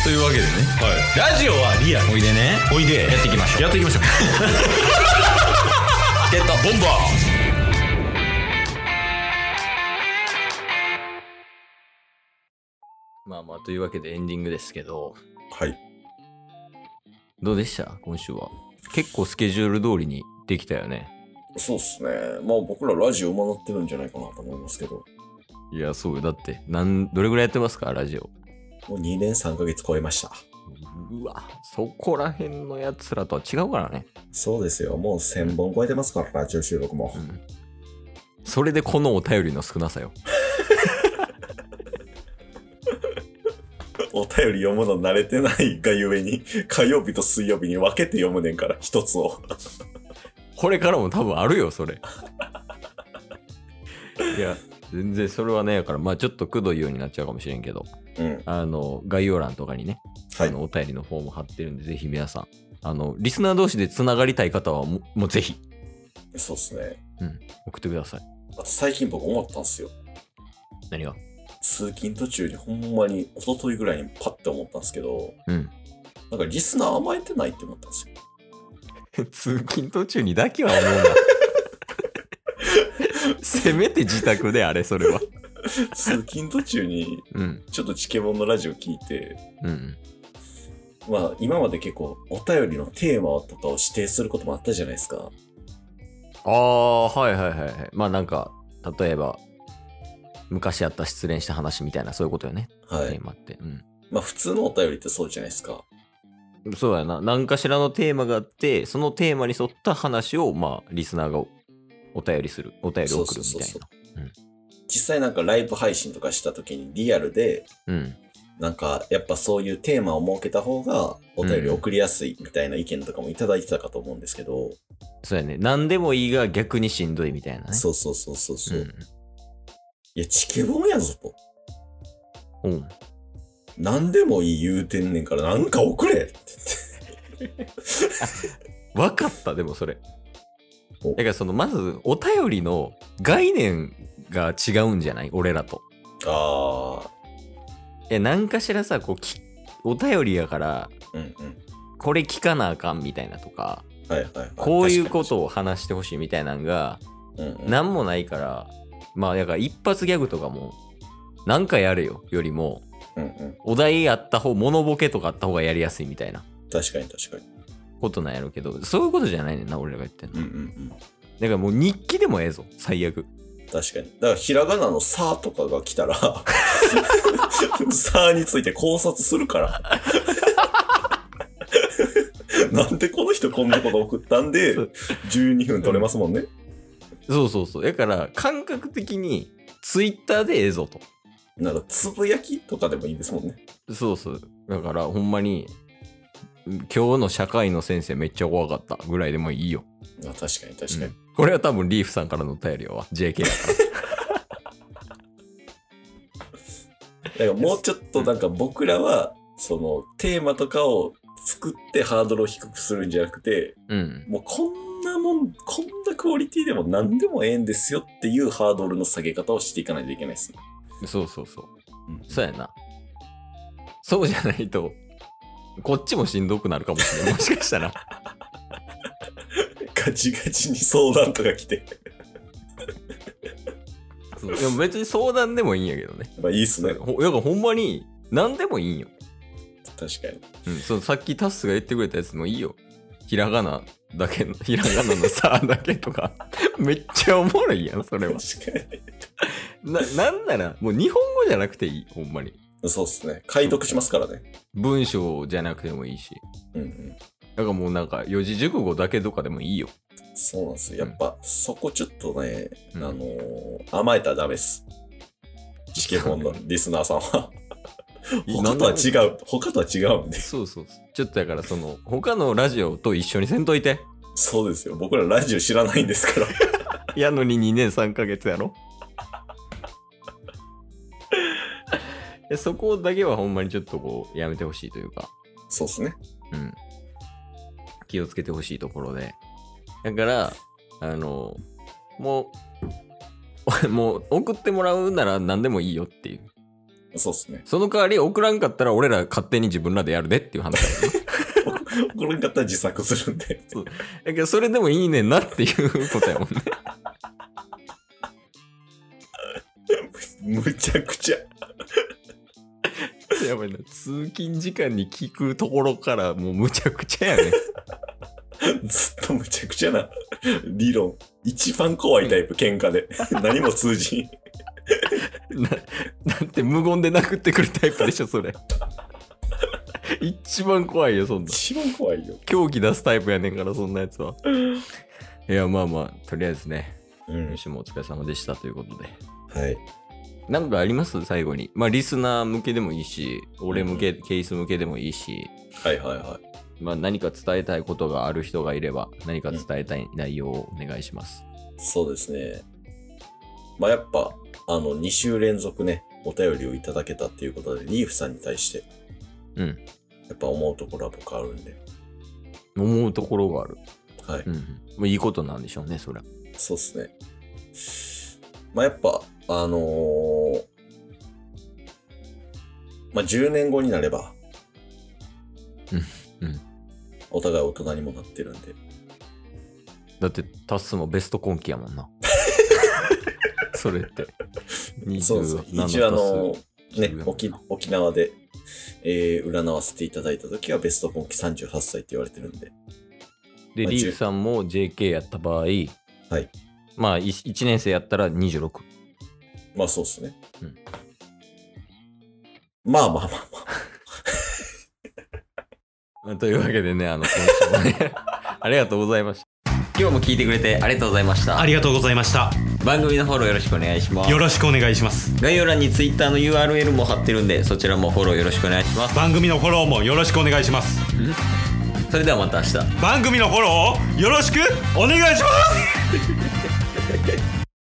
というわけでね、はい、ラジオはリアルおいでねおいでやっていきましょうゲットボンバー。まあまあというわけでエンディングですけど、 はい。 どうでした今週は？結構スケジュール通りにできたよね。 そうっすね。まあ僕らラジオ馬乗ってるんじゃないかなと思いますけど。 いやそうよ。だってどれぐらいやってますかラジオ？ もう2年3ヶ月超えました。 うわ、そこら辺のやつらとは違うからね。 そうですよ。もう1000本超えてますからラジオ収録も、 それでこのお便りの少なさよ。 お便り読むの慣れてないがゆえに火曜日と水曜日に分けて読むねんから一つを。 これからも多分あるよそれ。いや全然それはね、だからまあちょっとくどいようになっちゃうかもしれんけど、概要欄とかにね、はい、お便りのフォーム貼ってるんで、ぜひ皆さんリスナー同士でつながりたい方はもうぜひそうっすね、 送ってください。 あと最近僕思ったんすよ。 何が？ 通勤途中にほんまに一昨日ぐらいにパッて思ったんですけど、なんかリスナー甘えてないって思ったんですよ。通勤途中にだけは思うな。せめて自宅であれそれは。 通勤途中にちょっとチケボンのラジオ聞いて、まあ今まで結構お便りのテーマとかを指定することもあったじゃないですか。 ああ、はいはいはいはい。まあなんか例えば昔あった失恋した話みたいな、そういうことよね。 はい。 テーマって。 まあ普通のお便りってそうじゃないですか。 そうやな。何かしらのテーマがあって、そのテーマに沿った話をまあリスナーがお便り送るみたいな。 実際なんかライブ配信とかした時にリアルで、なんかやっぱそういうテーマを設けた方がお便り送りやすいみたいな意見とかもいただいてたかと思うんですけど、 そうやね。何でもいいが逆にしんどいみたいなね。 そう、いやチケボンやぞと。何でもいい言うてんねんからなんか送れって言って。 分かった。でもそれだからそのまずお便りの概念が違うんじゃない？俺らと。何かしらさ、こうお便りやから、これ聞かなあかんみたいなとか、こういうことを話してほしいみたいなのがなんもないから、まあだから一発ギャグとかもなんかやれよよりも、お題あった方、モノボケとかあった方がやりやすいみたいな。 確かにことなんやろうけど、そういうことじゃないねんな俺らが言ってんの。だからもう日記でもええぞ最悪。 確かに。だからひらがなのさとかが来たらさについて考察するからなんでこの人こんなこと送ったんで12分取れますもんね。 そうだから感覚的にツイッターでええぞと。 なんかつぶやきとかでもいいですもんね。 そうだからほんまに今日の社会の先生めっちゃ怖かったぐらいでもいいよ。 確かに、 これは多分リーフさんからのお便りは JK だからだからもうちょっとなんか僕らはそのテーマとかを作ってハードルを低くするんじゃなくて、もうこんなクオリティでも何でもええんですよっていうハードルの下げ方をしていかないといけないですね。 そうやな。そうじゃないとこっちもしんどくなるかもしれない。もしかしたらガチガチに相談とか来てでも別に相談でもいいんやけどね。 まあいいっすね。 だからほんまに何でもいいんよ。 確かに。 そのさっきタスが言ってくれたやつもいいよ。ひらがなのさだけとかめっちゃおもろいやんそれは。 確かに。なんならもう日本語じゃなくていい、ほんまに。 そうっすね。解読しますからね。 文章じゃなくてもいいし。だからもうなんか四字熟語だけとかでもいいよ。 そうなんですよ。やっぱそこちょっとね、甘えたらダメっす。チケボンのリスナーさんは。他とは違うんで。 そうちょっとだからその他のラジオと一緒にせんといて。 そうですよ。僕らラジオ知らないんですから。 やのに2年3ヶ月やろ。そこだけはほんまにちょっとこうやめてほしいというか。 そうっすね。 気をつけてほしいところで。だからもう送ってもらうなら何でもいいよっていう。 そうっすね。 その代わり送らんかったら俺ら勝手に自分らでやるでっていう話だよね。 送らんかったら自作するんで。 そう。だけどそれでもいいねんなっていうことやもんね。 むちゃくちゃ。 やばいな。通勤時間に聞くところからもうむちゃくちゃやね。 ずっとむちゃくちゃな理論。一番怖いタイプ、喧嘩で。何も通じん。 なんて無言で殴ってくるタイプでしょ、それ。一番怖いよ、そんな。 一番怖いよ。 狂気出すタイプやねんから、そんなやつは。いや、まあまあ、とりあえずね。吉もお疲れ様でしたということで。 はい。 なんかあります最後に。まあ、リスナー向けでもいいし、俺向け、ケース向けでもいいし。 はいはいはい。 まあ、何か伝えたいことがある人がいれば、何か伝えたい内容をお願いします。 そうですね。まあ、やっぱ、2週連続ね、お便りをいただけたっていうことで、リーフさんに対して、やっぱ思うところは僕あるんで。 思うところがある。 はい。 もういいことなんでしょうね、それは。 そうっすね。まあ、やっぱ、まあ、10年後になれば、お互い大人にもなってるんで。 だってタスもベスト今期やもんな。それって。 そうそう。一応ね、沖縄で、占わせていただいた時はベスト今期38歳って言われてるんで。 で、リーフさんも JK やった場合、はい。まあ1年生やったら26。 まあそうっすね。まあまあまあまあ。というわけでね、今週もね、ありがとうございました。今日も聞いてくれてありがとうございました。 ありがとうございました。 番組のフォローよろしくお願いします。 よろしくお願いします。 概要欄に Twitter の URL も貼ってるんで、そちらもフォローよろしくお願いします。 番組のフォローもよろしくお願いします。 それではまた明日。 番組のフォローをよろしくお願いします。